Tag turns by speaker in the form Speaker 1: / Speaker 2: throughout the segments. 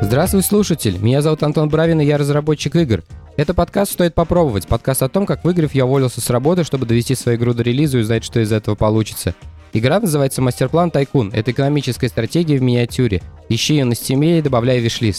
Speaker 1: Здравствуй, слушатель! Меня зовут Антон Бравин, и я разработчик игр. Это подкаст «Стоит попробовать», подкаст о том, как выиграв, я уволился с работы, чтобы довести свою игру до релиза и узнать, что из этого получится. Игра называется «Мастерплан Тайкун». Это экономическая стратегия в миниатюре. Ищи ее на Steam и добавляй в виш-лист.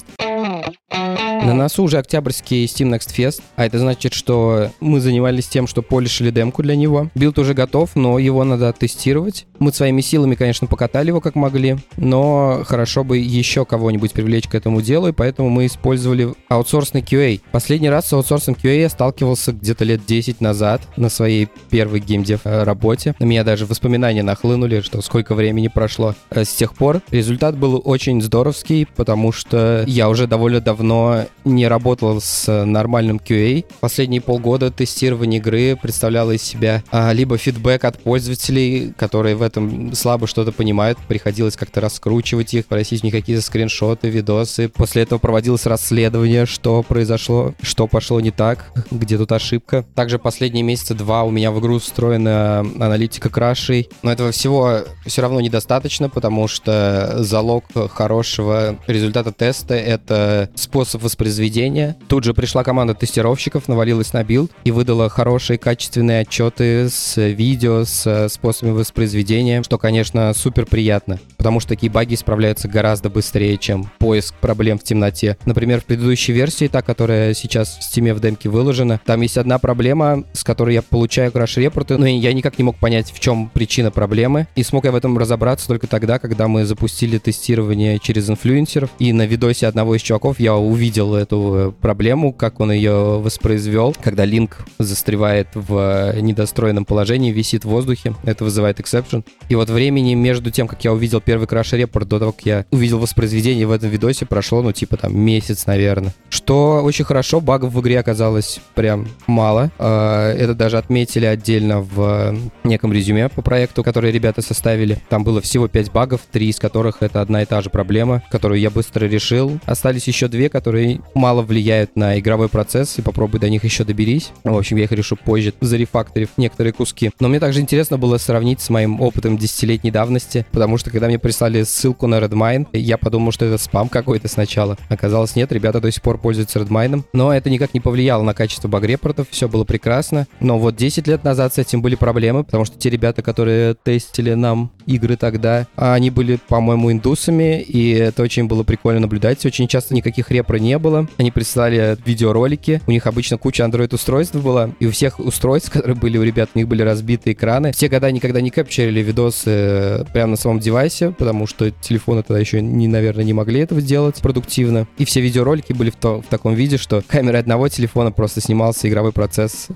Speaker 1: На носу уже октябрьский Steam Next Fest, а это значит, что мы занимались тем, что полишили демку для него. Билд уже готов, но его надо тестировать. Мы своими силами, конечно, покатали его как могли, но хорошо бы еще кого-нибудь привлечь к этому делу, и поэтому мы использовали аутсорсный QA. Последний раз с аутсорсом QA я сталкивался где-то лет 10 назад на своей первой геймдев работе. На меня даже воспоминания нахлынули, что сколько времени прошло с тех пор. Результат был очень здоровский, потому что я уже довольно давно не работал с нормальным QA. Последние полгода тестирование игры представляло из себя либо фидбэк от пользователей, которые в этом слабо что-то понимают, приходилось как-то раскручивать их, просить у них какие-то скриншоты, видосы. После этого проводилось расследование, что произошло, что пошло не так, где тут ошибка. Также последние месяца два у меня в игру встроена аналитика крашей, но этого всего все равно недостаточно, потому что залог хорошего результата теста — это способ воспроизведения. Тут же пришла команда тестировщиков, навалилась на билд и выдала хорошие качественные отчеты с видео, с способами воспроизведения, что, конечно, супер приятно, потому что такие баги исправляются гораздо быстрее, чем поиск проблем в темноте. Например, в предыдущей версии, та, которая сейчас в Steam в демке выложена, там есть одна проблема, с которой я получаю краш-репорты, но я никак не мог понять, в чем причина проблемы, и смог я в этом разобраться только тогда, когда мы запустили тестирование через инфлюенсеров, и на видосе одного из чуваков я увидел эту проблему, как он ее воспроизвел, когда линк застревает в недостроенном положении, висит в воздухе, это вызывает exception. И вот времени между тем, как я увидел первый краш-репорт, до того, как я увидел воспроизведение в этом видосе, прошло, месяц, наверное. Что очень хорошо, багов в игре оказалось прям мало. Это даже отметили отдельно в неком резюме по проекту, который ребята составили. Там было всего 5 багов, 3 из которых это одна и та же проблема, которую я быстро решил. Остались еще 2, которые мало влияют на игровой процесс, и попробуй до них еще доберись. В общем, я их решу позже, зарефакторив некоторые куски. Но мне также интересно было сравнить с моим опытом 10-летней давности, потому что когда мне прислали ссылку на Redmine, я подумал, что это спам какой-то сначала. Оказалось, нет, ребята до сих пор пользуются Redmine, но это никак не повлияло на качество баг-репортов, все было прекрасно. Но вот 10 лет назад с этим были проблемы, потому что те ребята, которые тестили нам игры тогда, они были, по-моему, индусами, и это очень было прикольно наблюдать. Очень часто никаких репро не было. Они присылали видеоролики, у них обычно куча Android-устройств была, и у всех устройств, которые были у ребят, у них были разбиты экраны. В те года никогда не кэпчерили видосы прямо на своем девайсе, потому что телефоны тогда еще, наверное, не могли этого сделать продуктивно. И все видеоролики были в таком виде, что камерой одного телефона просто снимался игровой процесс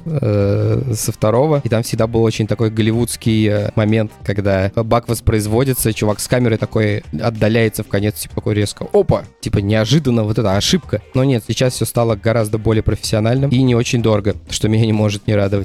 Speaker 1: со второго, и там всегда был очень такой голливудский момент, когда баг воспроизводится, чувак с камерой такой отдаляется в конец, такой резко, опа, неожиданно вот эта ошибка. Но нет, сейчас все стало гораздо более профессиональным и не очень дорого, что меня не может не радовать.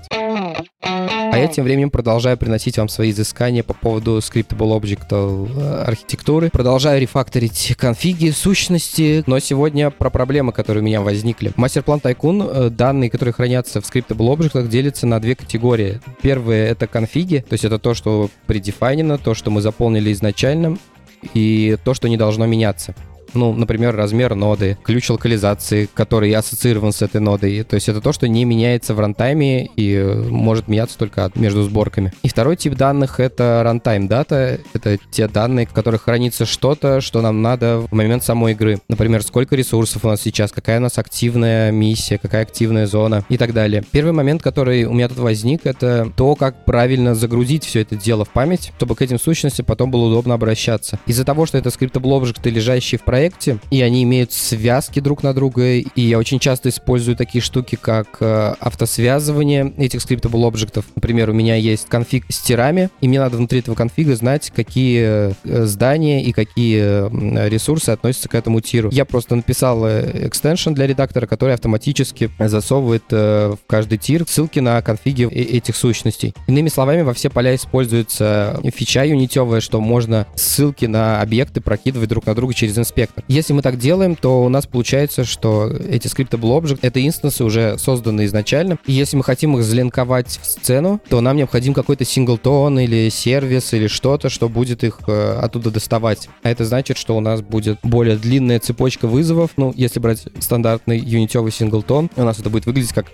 Speaker 1: А я тем временем продолжаю приносить вам свои изыскания по поводу Scriptable Object архитектуры. Продолжаю рефакторить конфиги, сущности, но сегодня про проблемы, которые у меня возникли. Мастерплан Тайкун, данные, которые хранятся в Scriptable Object, делятся на 2 категории. Первые — это конфиги, то есть это то, что предефайнено, то, что мы заполнили изначально, и то, что не должно меняться. Например, размер ноды, ключ локализации, который ассоциирован с этой нодой. То есть это то, что не меняется в рантайме и может меняться только между сборками. И второй тип данных — это runtime data. Это те данные, в которых хранится что-то, что нам надо в момент самой игры. Например, сколько ресурсов у нас сейчас, какая у нас активная миссия, какая активная зона и так далее. Первый момент, который у меня тут возник, это то, как правильно загрузить все это дело в память, чтобы к этим сущностям потом было удобно обращаться. Из-за того, что это Scriptable Object, лежащие в проекте, и они имеют связки друг на друга, и я очень часто использую такие штуки, как автосвязывание этих Scriptable объектов. Например, у меня есть конфиг с тирами, и мне надо внутри этого конфига знать, какие здания и какие ресурсы относятся к этому тиру. Я просто написал экстеншн для редактора, который автоматически засовывает в каждый тир ссылки на конфиги этих сущностей. Иными словами, во все поля используется фича юнитевая, что можно ссылки на объекты прокидывать друг на друга через инспектор. объектах. Если мы так делаем, то у нас получается, что эти scriptable objects — это инстансы, уже созданные изначально. И если мы хотим их залинковать в сцену, то нам необходим какой-то синглтон или сервис или что-то, что будет их оттуда доставать. А это значит, что у нас будет более длинная цепочка вызовов. Ну, если брать стандартный юнитевый синглтон, у нас это будет выглядеть как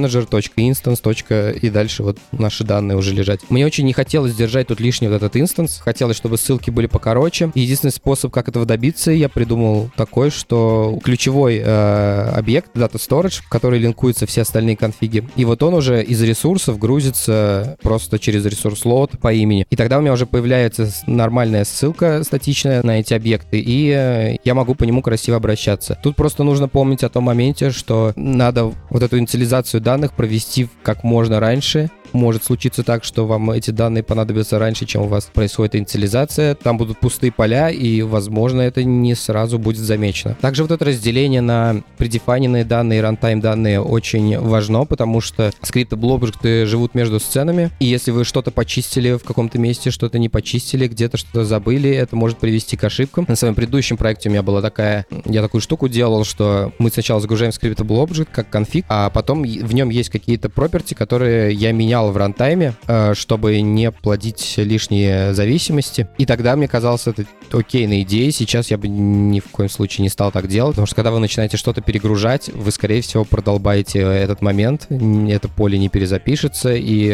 Speaker 1: datamanager.instance. И дальше вот наши данные уже лежать. Мне очень не хотелось держать тут лишний вот этот инстанс. Хотелось, чтобы ссылки были покороче. И единственный способ, как этого добиться, я придумал такой, что ключевой объект Data Storage, в который линкуются все остальные конфиги. И вот он уже из ресурсов грузится просто через ресурс load по имени. И тогда у меня уже появляется нормальная ссылка статичная на эти объекты, и я могу по нему красиво обращаться. Тут просто нужно помнить о том моменте, что надо вот эту инициализацию данных провести как можно раньше. Может случиться так, что вам эти данные понадобятся раньше, чем у вас происходит инициализация. Там будут пустые поля, и, возможно, это не сразу будет замечено. Также вот это разделение на предефайненные данные и рантайм данные очень важно, потому что scriptable objects живут между сценами, и если вы что-то почистили в каком-то месте, что-то не почистили, где-то что-то забыли, это может привести к ошибкам. На своем предыдущем проекте у меня была я такую штуку делал, что мы сначала загружаем scriptable object как конфиг, а потом в нем есть какие-то property, которые я менял в рантайме, чтобы не плодить лишние зависимости. И тогда мне казалось это окейной идеей. Сейчас я бы ни в коем случае не стал так делать, потому что когда вы начинаете что-то перегружать, вы, скорее всего, продолбаете этот момент, это поле не перезапишется,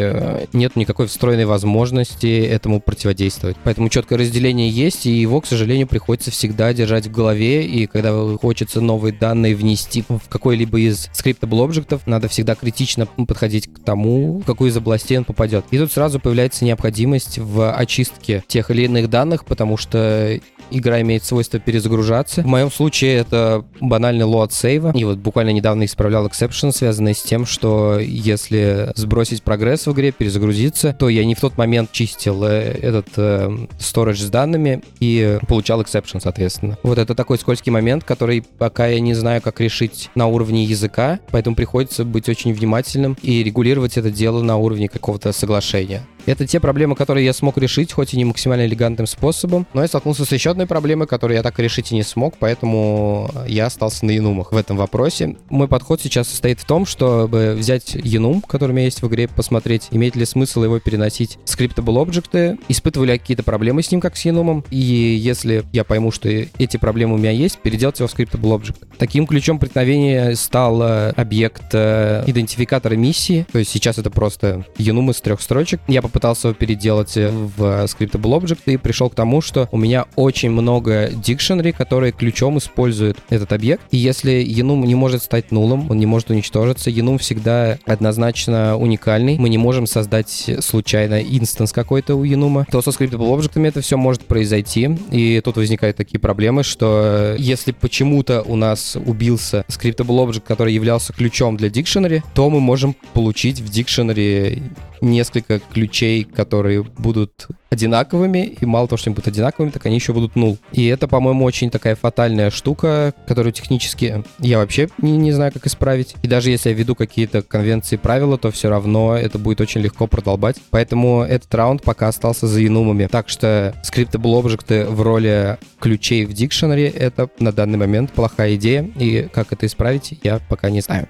Speaker 1: и нет никакой встроенной возможности этому противодействовать. Поэтому четкое разделение есть, и его, к сожалению, приходится всегда держать в голове, и когда хочется новые данные внести в какой-либо из scriptable objects, надо всегда критично подходить к тому, в какую из областей он попадет. И тут сразу появляется необходимость в очистке тех или иных данных, потому что игра имеет свойство перезагружаться. В моем случае это банальный load сейва. И вот буквально недавно исправлял exception, связанный с тем, что если сбросить прогресс в игре, перезагрузиться, то я не в тот момент чистил этот storage с данными и получал exception, соответственно. Вот это такой скользкий момент, который пока я не знаю, как решить на уровне языка, поэтому приходится быть очень внимательным и регулировать это дело на уровне какого-то соглашения. Это те проблемы, которые я смог решить, хоть и не максимально элегантным способом, но я столкнулся с еще одной проблемой, которую я так решить и не смог, поэтому я остался на enum в этом вопросе. Мой подход сейчас состоит в том, чтобы взять enum, который у меня есть в игре, посмотреть, имеет ли смысл его переносить в scriptable objects, испытывали ли какие-то проблемы с ним, как с enum, и если я пойму, что эти проблемы у меня есть, переделать его в scriptable object. Таким ключом преткновения стал объект идентификатора миссии, то есть сейчас это просто enum из 3 строчек. Я попытался его переделать в scriptable object и пришел к тому, что у меня очень много dictionary, которые ключом используют этот объект. И если enum не может стать нулом, он не может уничтожиться, enum всегда однозначно уникальный. Мы не можем создать случайно инстанс какой-то у enum, то со scriptable object'ами это все может произойти. И тут возникают такие проблемы, что если почему-то у нас убился scriptable object, который являлся ключом для dictionary, то мы можем получить в dictionary несколько ключей, которые будут одинаковыми, и мало того, что они будут одинаковыми, так они еще будут null. И это, по-моему, очень такая фатальная штука, которую технически я вообще не знаю, как исправить. И даже если я введу какие-то конвенции, правила, то все равно это будет очень легко продолбать. Поэтому этот раунд пока остался за enum'ами. Так что scriptable objects в роли ключей в dictionary — это на данный момент плохая идея, и как это исправить, я пока не знаю.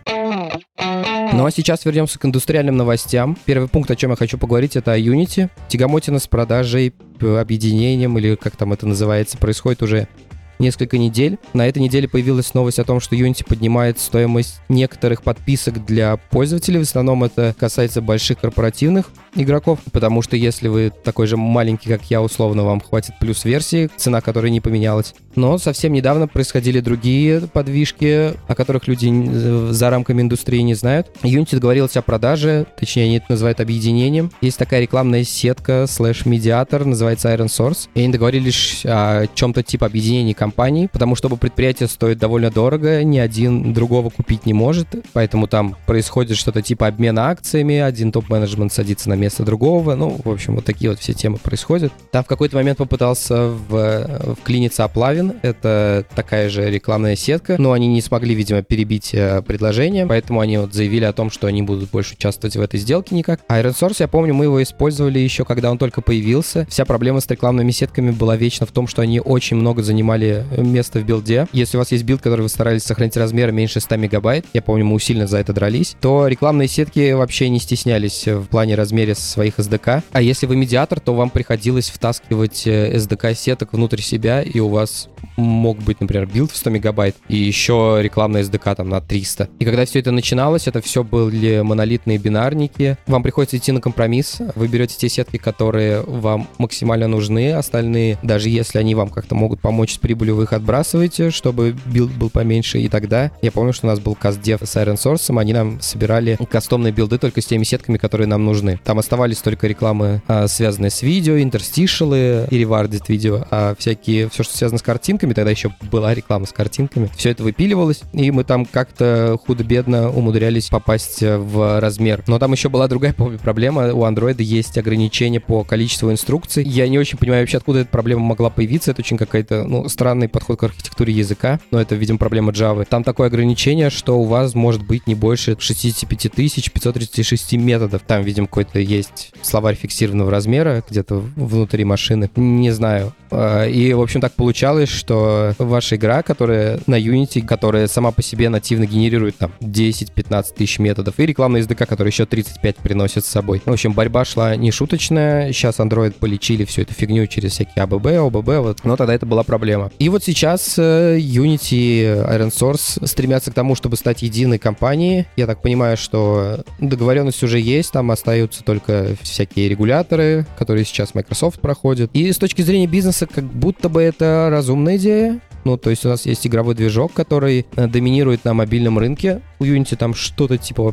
Speaker 1: Ну а сейчас вернемся к индустриальным новостям. Первый пункт, о чем я хочу поговорить, это о Unity. Тягомотина с продажей, объединением, или как там это называется, происходит уже несколько недель. На этой неделе появилась новость о том, что Unity поднимает стоимость некоторых подписок для пользователей. В основном это касается больших корпоративных игроков, потому что если вы такой же маленький, как я, условно, вам хватит плюс версии, цена которой не поменялась. Но совсем недавно происходили другие подвижки, о которых люди за рамками индустрии не знают. Unity договорилась о продаже, точнее, они это называют объединением. Есть такая рекламная сетка /медиатор, называется Iron Source. И они договорились о чем-то типа объединения компаний, потому что предприятие стоит довольно дорого, ни один другого купить не может, поэтому там происходит что-то типа обмена акциями, один топ-менеджмент садится на место другого, ну, в общем, вот такие вот все темы происходят. Там в какой-то момент попытался вклиниться Аплавин, это такая же рекламная сетка, но они не смогли, видимо, перебить предложение, поэтому они вот заявили о том, что они будут больше участвовать в этой сделке никак. Iron Source, я помню, мы его использовали еще, когда он только появился. Вся проблема с рекламными сетками была вечно в том, что они очень много занимали занимали место в билде. Если у вас есть билд, который вы старались сохранить размер меньше 100 мегабайт, я помню, мы усиленно за это дрались, то рекламные сетки вообще не стеснялись в плане размера своих SDK. А если вы медиатор, то вам приходилось втаскивать SDK сеток внутрь себя, и у вас мог быть, например, билд в 100 мегабайт и еще рекламная SDK там на 300. И когда все это начиналось, это все были монолитные бинарники. Вам приходится идти на компромисс. Вы берете те сетки, которые вам максимально нужны, остальные, даже если они вам как-то могут помочь с прибылью, вы их отбрасываете, чтобы билд был поменьше. И тогда, я помню, что у нас был CastDev с ironSource, они нам собирали кастомные билды только с теми сетками, которые нам нужны. Там оставались только рекламы, связанные с видео, интерстишалы и ревардед видео, а всякие, все, что связано с картинками, тогда еще была реклама с картинками, все это выпиливалось, и мы там как-то худо-бедно умудрялись попасть в размер. Но там еще была другая, помню, проблема. У Android есть ограничения по количеству инструкций. Я не очень понимаю вообще, откуда эта проблема могла появиться. Это очень какой-то, странный подход к архитектуре языка, но это, видимо, проблема Java. Там такое ограничение, что у вас может быть не больше 65 536 методов. Там, видимо, какой-то есть словарь фиксированного размера где-то внутри машины. Не знаю. И, в общем, так получалось, что ваша игра, которая на Unity, которая сама по себе нативно генерирует там 10-15 тысяч методов, и рекламная SDK, которая еще 35 приносит с собой. В общем, борьба шла не шуточная. Сейчас Android полечили всю эту фигню через всякие АББ, ОББ, вот. Но тогда это была проблема. И вот сейчас Unity и ironSource стремятся к тому, чтобы стать единой компанией. Я так понимаю, что договоренность уже есть, там остаются только всякие регуляторы, которые сейчас Microsoft проходит. И с точки зрения бизнеса, как будто бы это разумная идея. То есть у нас есть игровой движок, который доминирует на мобильном рынке. У Unity там что-то типа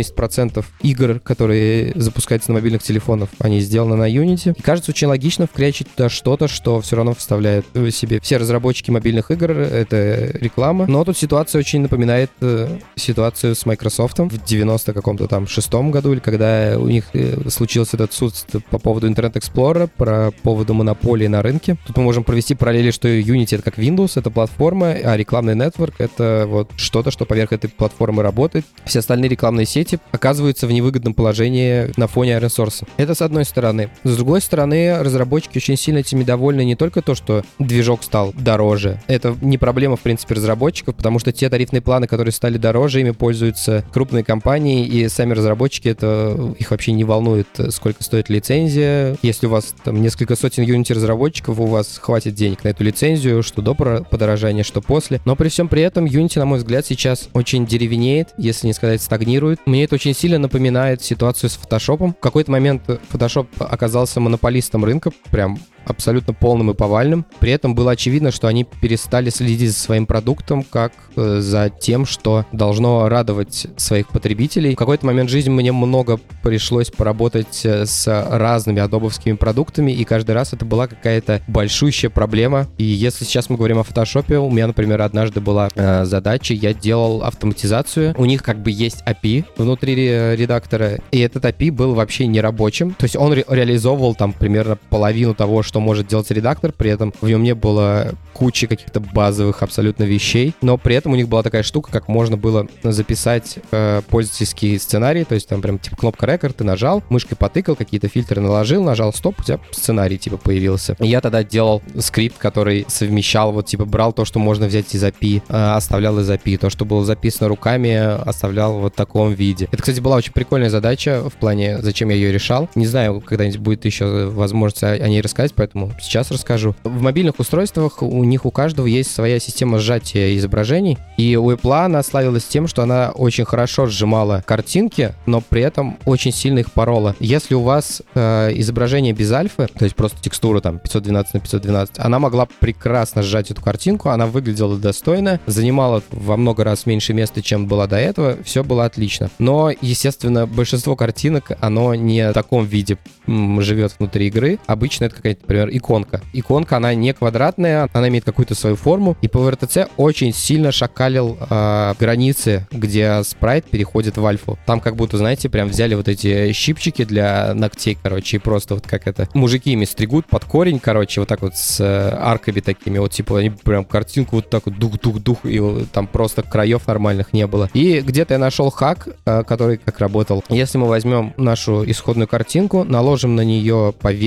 Speaker 1: 70% игр, которые запускаются на мобильных телефонах, они сделаны на Unity. И кажется очень логично вкрячить туда что-то, что все равно вставляет в себе все разработчики мобильных игр, это реклама. Но тут ситуация очень напоминает ситуацию с Microsoft в 90 каком-то там 6-м году, или когда у них случился этот суд по поводу Internet Explorer, по поводу монополии на рынке. Тут мы можем провести параллели, что Unity — это как Windows, это платформа, а рекламный нетворк — это вот что-то, что поверх этой платформы работает. Все остальные рекламные сети оказываются в невыгодном положении на фоне ironSource. Это с одной стороны. С другой стороны, разработчики очень сильно этим недовольны не только то, что движок стал дороже. Это не проблема, в принципе, разработчиков, потому что те тарифные планы, которые стали дороже, ими пользуются крупные компании, и сами разработчики, это их вообще не волнует, сколько стоит лицензия. Если у вас там несколько сотен Unity разработчиков, у вас хватит денег на эту лицензию, что до подорожания, что после. Но при всем при этом Unity, на мой взгляд, сейчас очень деревенеет, если не сказать стагнирует. Мне это очень сильно напоминает ситуацию с Photoshop. В какой-то момент Photoshop оказался монополистом рынка, прям абсолютно полным и повальным. При этом было очевидно, что они перестали следить за своим продуктом как за тем, что должно радовать своих потребителей. В какой-то момент жизни мне много пришлось поработать с разными адобовскими продуктами, и каждый раз это была какая-то большущая проблема. И если сейчас мы говорим о Photoshop, у меня, например, однажды была задача, я делал автоматизацию. У них как бы есть API внутри редактора, и этот API был вообще не рабочим. То есть он реализовывал там примерно половину того, что может делать редактор, при этом в нем не было кучи каких-то базовых абсолютно вещей, но при этом у них была такая штука, как можно было записать пользовательский сценарий, то есть там прям типа кнопка рекорд, ты нажал, мышкой потыкал, какие-то фильтры наложил, нажал стоп, у тебя сценарий типа появился. И я тогда делал скрипт, который совмещал, вот типа брал то, что можно взять из API, оставлял из API, то, что было записано руками, оставлял вот в таком виде. Это, кстати, была очень прикольная задача в плане, зачем я ее решал. Не знаю, когда-нибудь будет еще возможность о ней рассказать, поэтому сейчас расскажу. В мобильных устройствах у них у каждого есть своя система сжатия изображений, и у Apple она славилась тем, что она очень хорошо сжимала картинки, но при этом очень сильно их порола. Если у вас изображение без альфы, то есть просто текстура там 512 на 512, она могла прекрасно сжать эту картинку, она выглядела достойно, занимала во много раз меньше места, чем была до этого, все было отлично. Но, естественно, большинство картинок, оно не в таком виде живет внутри игры. Обычно это какая-то, например, иконка. Иконка, она не квадратная, она имеет какую-то свою форму, и PowerTC очень сильно шакалил границы, где спрайт переходит в альфу. Там как будто, знаете, прям взяли вот эти щипчики для ногтей, короче, и просто вот как это... Мужики ими стригут под корень, короче, вот так вот с арками такими, вот типа они прям картинку вот так вот дух-дух-дух, и там просто краев нормальных не было. И где-то я нашел хак, который как работал. Если мы возьмем нашу исходную картинку, наложим на нее поверх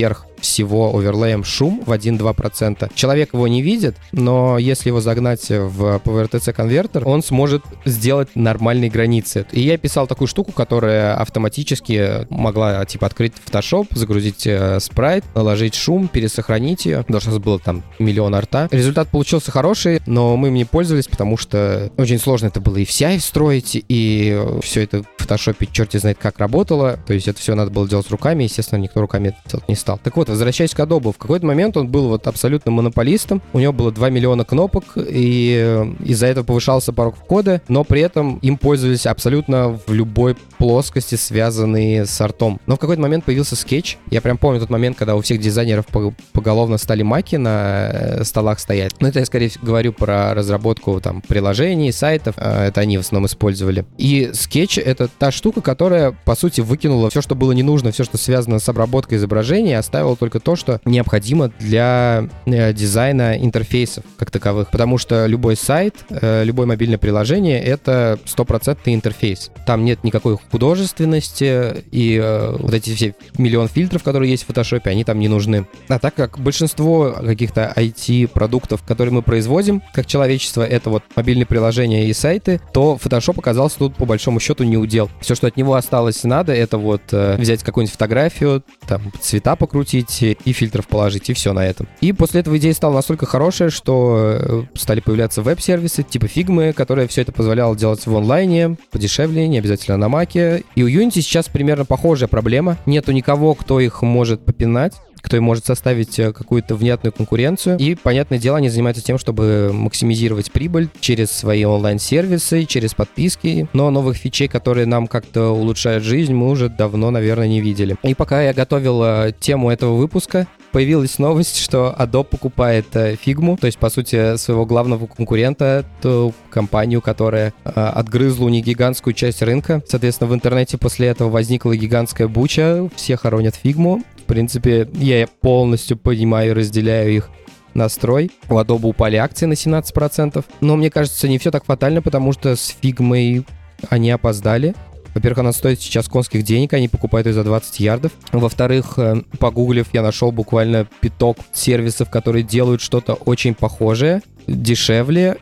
Speaker 1: всего оверлеем шум в 1-2%. Человек его не видит, но если его загнать в PowerTC-конвертер, он сможет сделать нормальные границы. И я писал такую штуку, которая автоматически могла, открыть Photoshop, загрузить спрайт, наложить шум, пересохранить ее. Потому что у нас было там миллион арта. Результат получился хороший, но мы им не пользовались, потому что очень сложно это было и в CI встроить, и все это в Photoshop черти знает как работало. То есть это все надо было делать руками, естественно, никто руками это делать не стал. Так вот, возвращаясь к Adobe, в какой-то момент он был абсолютно монополистом, у него было 2 миллиона кнопок, и из-за этого повышался порог входа, но при этом им пользовались абсолютно в любой плоскости, связанной с артом. Но в какой-то момент появился Sketch. Я прям помню тот момент, когда у всех дизайнеров поголовно стали маки на столах стоять. Но это я скорее говорю про разработку там приложений, сайтов. Это они в основном использовали. И Sketch — это та штука, которая, по сути, выкинула все, что было не нужно, все, что связано с обработкой изображения, оставила только то, что необходимо для дизайна интерфейсов как таковых. Потому что любой сайт, любое мобильное приложение — это стопроцентный интерфейс. Там нет никакой художественности, и вот эти все миллион фильтров, которые есть в Photoshop, они там не нужны. А так как большинство каких-то IT-продуктов, которые мы производим, как человечество, это вот мобильные приложения и сайты, то Photoshop оказался тут по большому счету не удел. Все, что от него осталось надо, это вот взять какую-нибудь фотографию, там цвета покрутить и фильтров положить, и все на этом. И после этого идея стала настолько хорошая, что стали появляться веб-сервисы типа Figma, которые все это позволяло делать в онлайне, подешевле, не обязательно на Маке. И у Unity сейчас примерно похожая проблема. Нету никого, кто их может попинать, кто им может составить какую-то внятную конкуренцию. И, понятное дело, они занимаются тем, чтобы максимизировать прибыль через свои онлайн-сервисы, через подписки. Но новых фичей, которые нам как-то улучшают жизнь, мы уже давно, наверное, не видели. И пока я готовил тему этого выпуска, появилась новость, что Adobe покупает Figma, то есть, по сути, своего главного конкурента, ту компанию, которая отгрызла у них гигантскую часть рынка. Соответственно, в интернете после этого возникла гигантская буча, все хоронят Figma. В принципе, я полностью понимаю и разделяю их настрой. У Adobe упали акции на 17%. Но мне кажется, не все так фатально, потому что с Figma они опоздали. Во-первых, она стоит сейчас конских денег, они покупают ее за 20 ярдов. Во-вторых, погуглив, я нашел буквально пяток сервисов, которые делают что-то очень похожее, дешевле.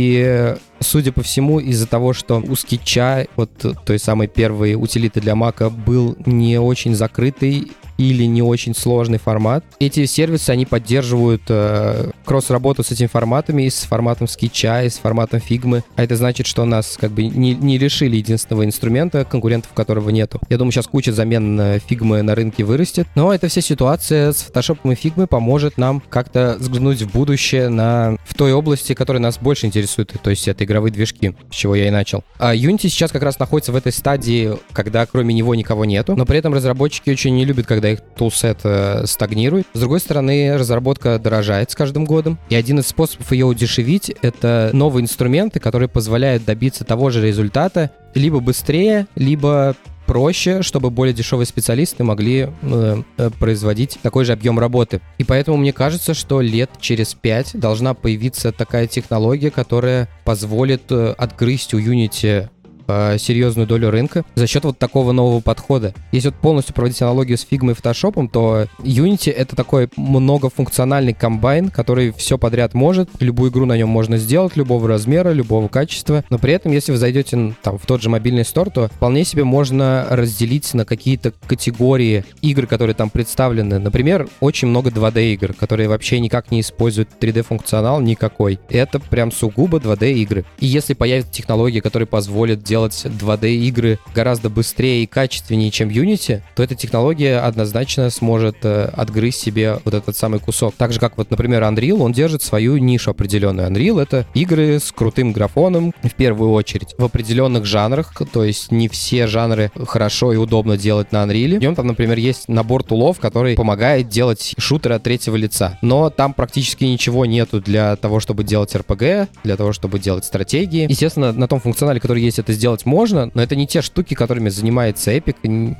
Speaker 1: И, судя по всему, из-за того, что у Sketch'а, вот той самой первой утилиты для Mac, был не очень закрытый или не очень сложный формат. Эти сервисы, они поддерживают кросс-работу с этими форматами, и с форматом Sketch'а, и с форматом Figma. А это значит, что нас как бы не лишили единственного инструмента, конкурентов которого нету. Я думаю, сейчас куча замен Figma на рынке вырастет. Но эта вся ситуация с Photoshop и Figma поможет нам как-то взглянуть в будущее в той области, которая нас больше интересует, то есть это игровые движки, с чего я и начал. А Unity сейчас как раз находится в этой стадии, когда кроме него никого нету, но при этом разработчики очень не любят, когда их тулсет стагнирует. С другой стороны, разработка дорожает с каждым годом, и один из способов ее удешевить — это новые инструменты, которые позволяют добиться того же результата либо быстрее, либо проще, чтобы более дешевые специалисты могли производить такой же объем работы. И поэтому мне кажется, что лет через 5 должна появиться такая технология, которая позволит отгрызть у Unity серьезную долю рынка за счет вот такого нового подхода. Если вот полностью проводить аналогию с Figma и Photoshop, то Unity — это такой многофункциональный комбайн, который все подряд может. Любую игру на нем можно сделать, любого размера, любого качества. Но при этом, если вы зайдете там в тот же мобильный стор, то вполне себе можно разделить на какие-то категории игр, которые там представлены. Например, очень много 2D-игр, которые вообще никак не используют 3D-функционал никакой. Это прям сугубо 2D-игры. И если появится технология, которая позволит делать 2D-игры гораздо быстрее и качественнее, чем Unity, то эта технология однозначно сможет отгрызть себе вот этот самый кусок. Так же, как вот, например, Unreal, он держит свою нишу определенную. Unreal — это игры с крутым графоном, в первую очередь, в определенных жанрах, то есть не все жанры хорошо и удобно делать на Unreal. В нем там, например, есть набор тулов, который помогает делать шутеры от третьего лица. Но там практически ничего нету для того, чтобы делать RPG, для того, чтобы делать стратегии. Естественно, на том функционале, который есть, это сделать можно, но это не те штуки, которыми занимается Epic,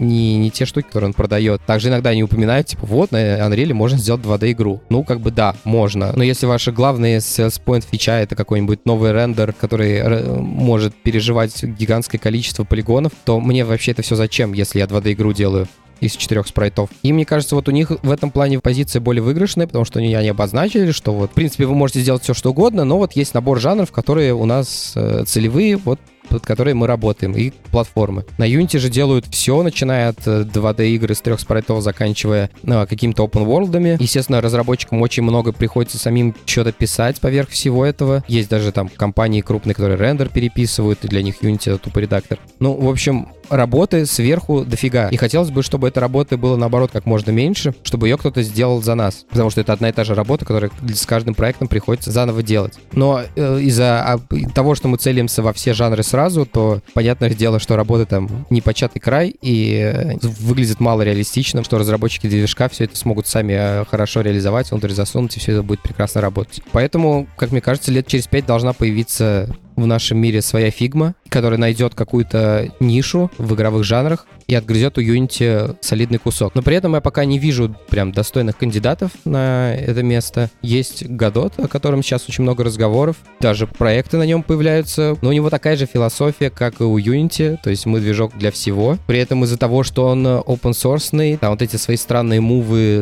Speaker 1: не те штуки, которые он продает. Также иногда они упоминают, типа, вот, на Unreal можно сделать 2D-игру. Ну, как бы да, можно. Но если ваши главные sales point фича — это какой-нибудь новый рендер, который может переживать гигантское количество полигонов, то мне вообще это все зачем, если я 2D-игру делаю? из 4 спрайтов. И мне кажется, вот у них в этом плане позиция более выигрышная, потому что они обозначили, что вот, в принципе, вы можете сделать все, что угодно, но вот есть набор жанров, которые у нас целевые, вот под которые мы работаем, и платформы. На Unity же делают все, начиная от 2D-игр из 3 спрайтов, заканчивая какими-то open-world'ами. Естественно, разработчикам очень много приходится самим что-то писать поверх всего этого. Есть даже там компании крупные, которые рендер переписывают, и для них Unity — это тупо редактор. Ну, в общем, работы сверху дофига. И хотелось бы, чтобы этой работы было, наоборот, как можно меньше, чтобы ее кто-то сделал за нас. Потому что это одна и та же работа, которую с каждым проектом приходится заново делать. Но из-за того, что мы целимся во все жанры сразу, то понятное дело, что работа там непочатый край и выглядит мало реалистичным, что разработчики движка все это смогут сами хорошо реализовать, внутрь засунуть, и все это будет прекрасно работать. Поэтому, как мне кажется, лет через 5 должна появиться в нашем мире своя фигма, которая найдет какую-то нишу в игровых жанрах и отгрызет у Unity солидный кусок. Но при этом я пока не вижу прям достойных кандидатов на это место. Есть Godot, о котором сейчас очень много разговоров. Даже проекты на нем появляются. Но у него такая же философия, как и у Unity. То есть мы движок для всего. При этом из-за того, что он open-source, там вот эти свои странные мувы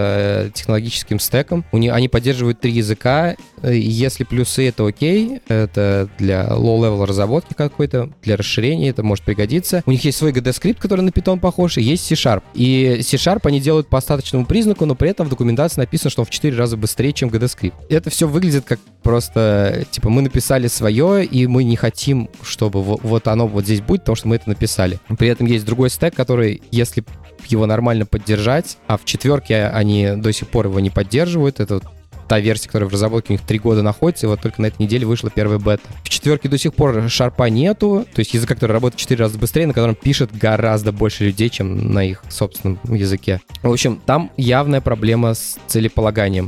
Speaker 1: с технологическим стеком, они поддерживают 3 языка. И если плюсы — это окей, это для low-level разработки какой-то, для расширения это может пригодиться. У них есть свой GD-скрипт, который на Python похож, и есть C-Sharp. И C-Sharp они делают по остаточному признаку, но при этом в документации написано, что он в 4 раза быстрее, чем GD-скрипт. Это все выглядит как просто, типа, мы написали свое, и мы не хотим, чтобы вот оно вот здесь будет, потому что мы это написали. При этом есть другой стэк, который, если его нормально поддержать, а в 4 они до сих пор его не поддерживают, это та версия, которая в разработке у них 3 года находится, и вот только на этой неделе вышла первая бета. В 4 до сих пор шарпа нету, то есть языка, который работает в 4 раза быстрее, на котором пишет гораздо больше людей, чем на их собственном языке. В общем, там явная проблема с целеполаганием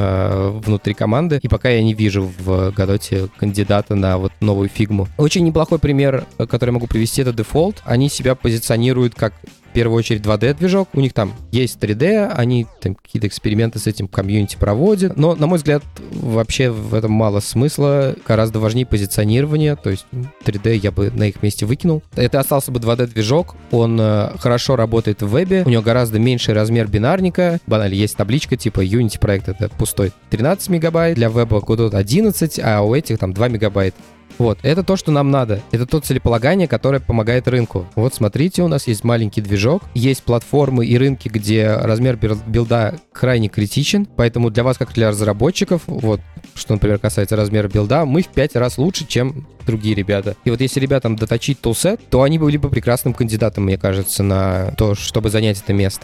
Speaker 1: внутри команды, и пока я не вижу в Godot кандидата на вот новую фигму. Очень неплохой пример, который я могу привести, это Default. Они себя позиционируют как в первую очередь 2D-движок, у них там есть 3D, они там какие-то эксперименты с этим комьюнити проводят, но, на мой взгляд, вообще в этом мало смысла, гораздо важнее позиционирование, то есть 3D я бы на их месте выкинул. Это остался бы 2D-движок, он хорошо работает в вебе, у него гораздо меньший размер бинарника, банально, есть табличка типа Unity проект, это пустой 13 мегабайт, для веба Godot 11, а у этих там 2 мегабайта. Вот, это то, что нам надо. Это то целеполагание, которое помогает рынку. Вот, смотрите, у нас есть маленький движок, есть платформы и рынки, где размер билда крайне критичен, поэтому для вас, как для разработчиков, вот, что, например, касается размера билда, мы в 5 раз лучше, чем другие ребята. И вот если ребятам доточить тулсет, то они были бы прекрасным кандидатом, мне кажется, на то, чтобы занять это место.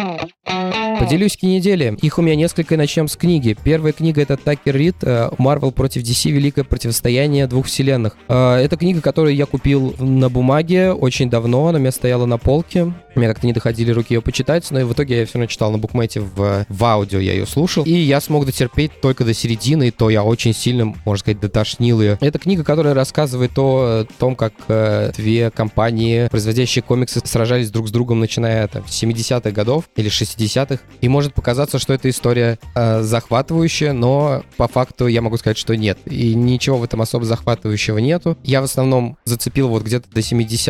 Speaker 1: Поделюсь недели. Их у меня несколько, и начнем с книги. Первая книга — это Такер Рид «Марвел против DC. Великое противостояние двух вселенных». Это книга, которую я купил на бумаге очень давно, она у меня стояла на полке. У меня как-то не доходили руки ее почитать, но и в итоге я все равно читал на букмете в аудио, я ее слушал. И я смог дотерпеть только до середины, и то я очень сильно, можно сказать, дотошнил ее. Это книга, которая рассказывает о том, как две компании, производящие комиксы, сражались друг с другом, начиная там, с 70-х годов или 60-х. И может показаться, что эта история захватывающая, но по факту я могу сказать, что нет. И ничего в этом особо захватывающего нету. Я в основном зацепил вот где-то до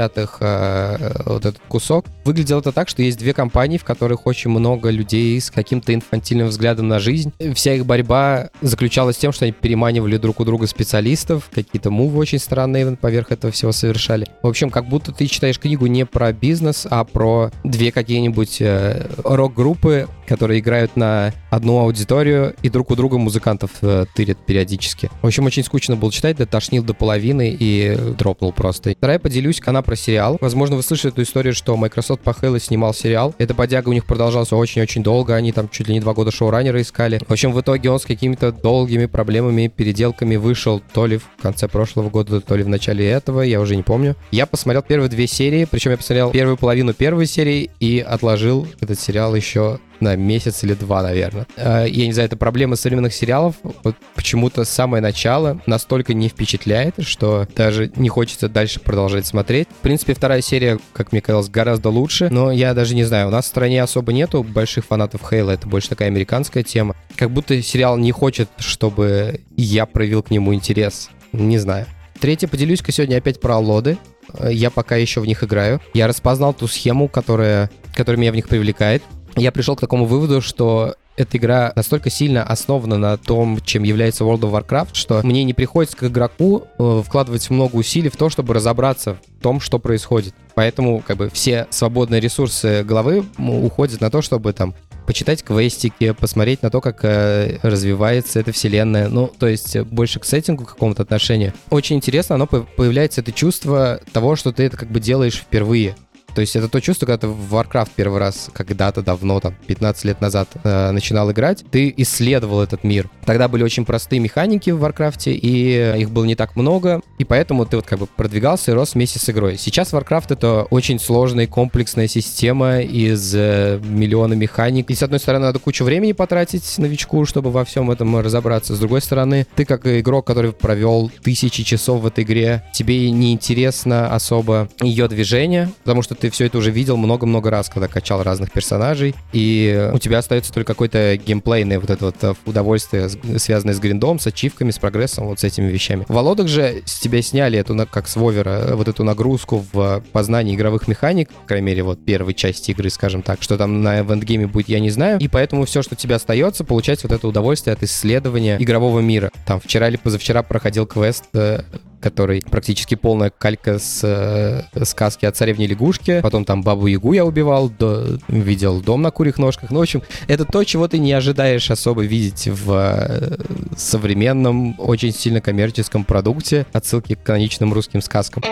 Speaker 1: 70-х вот этот кусок. Выглядело это так, что есть две компании, в которых очень много людей с каким-то инфантильным взглядом на жизнь. Вся их борьба заключалась в том, что они переманивали друг у друга специалистов, какие-то мувы очень странные поверх этого всего совершали. В общем, как будто ты читаешь книгу не про бизнес, а про две какие-нибудь рок-группы, которые играют на одну аудиторию и друг у друга музыкантов тырят периодически. В общем, очень скучно было читать, дотошнил до половины и дропнул просто. Вторая поделюсь, она про сериал. Возможно, вы слышали эту историю, что Microsoft по Halo снимал сериал. Эта бодяга у них продолжался очень-очень долго, они там чуть ли не 2 года шоураннера искали. В общем, в итоге он с какими-то долгими проблемами, переделками вышел то ли в конце прошлого года, то ли в начале этого, я уже не помню. Я посмотрел первые 2 серии, причем я посмотрел первую половину первой серии и отложил этот сериал еще на месяц или 2, наверное. Я не знаю, это проблема современных сериалов. Вот почему-то самое начало настолько не впечатляет, что даже не хочется дальше продолжать смотреть. В принципе, вторая серия, как мне казалось, гораздо лучше, но я даже не знаю, у нас в стране особо нету больших фанатов Halo, это больше такая американская тема. Как будто сериал не хочет, чтобы я проявил к нему интерес. Не знаю. Третье, поделюсь-ка сегодня опять про аллоды. Я пока еще в них играю. Я распознал ту схему, которая который меня в них привлекает. Я пришел к такому выводу, что эта игра настолько сильно основана на том, чем является World of Warcraft, что мне не приходится к игроку вкладывать много усилий в то, чтобы разобраться в том, что происходит. Поэтому как бы все свободные ресурсы головы уходят на то, чтобы там почитать квестики, посмотреть на то, как развивается эта вселенная. Ну, то есть больше к сеттингу какому-то отношению. Очень интересно, оно появляется, это чувство того, что ты это как бы делаешь впервые. То есть это то чувство, когда ты в Warcraft первый раз когда-то давно, там, 15 лет назад начинал играть, ты исследовал этот мир. Тогда были очень простые механики в Warcraft, и их было не так много, и поэтому ты вот как бы продвигался и рос вместе с игрой. Сейчас Warcraft — это очень сложная и комплексная система из миллиона механик. И с одной стороны, надо кучу времени потратить новичку, чтобы во всем этом разобраться. С другой стороны, ты как игрок, который провел тысячи часов в этой игре, тебе не интересно особо ее движение, потому что ты все это уже видел много-много раз, когда качал разных персонажей, и у тебя остается только какое-то геймплейное вот это вот удовольствие, связанное с гриндом, с ачивками, с прогрессом, вот с этими вещами. В Володах же с тебя сняли эту, как с Вовера, вот эту нагрузку в познании игровых механик, по крайней мере, вот первой части игры, скажем так, что там на эвент-гейме будет, я не знаю, и поэтому все, что тебе остается, получать вот это удовольствие от исследования игрового мира. Там вчера или позавчера проходил квест, который практически полная калька с сказки о царевне лягушке. Потом там Бабу-Ягу я убивал, видел дом на курьих ножках. Ну, в общем, это то, чего ты не ожидаешь особо видеть в современном, очень сильно коммерческом продукте. Отсылки к каноничным русским сказкам.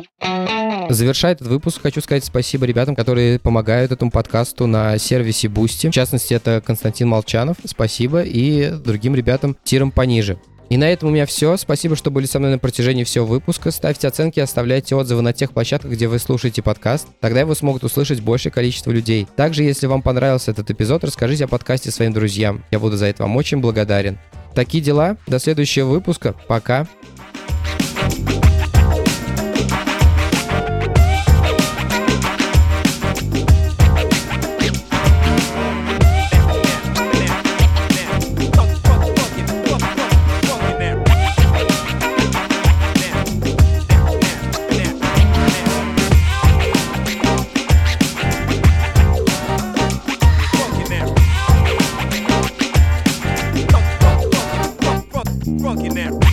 Speaker 1: Завершая этот выпуск, хочу сказать спасибо ребятам, которые помогают этому подкасту на сервисе Boosty. В частности, это Константин Молчанов, спасибо, и другим ребятам тиром пониже. И на этом у меня все. Спасибо, что были со мной на протяжении всего выпуска. Ставьте оценки, оставляйте отзывы на тех площадках, где вы слушаете подкаст. Тогда его смогут услышать большее количество людей. Также, если вам понравился этот эпизод, расскажите о подкасте своим друзьям. Я буду за это вам очень благодарен. Такие дела. До следующего выпуска. Пока.
Speaker 2: Funky now.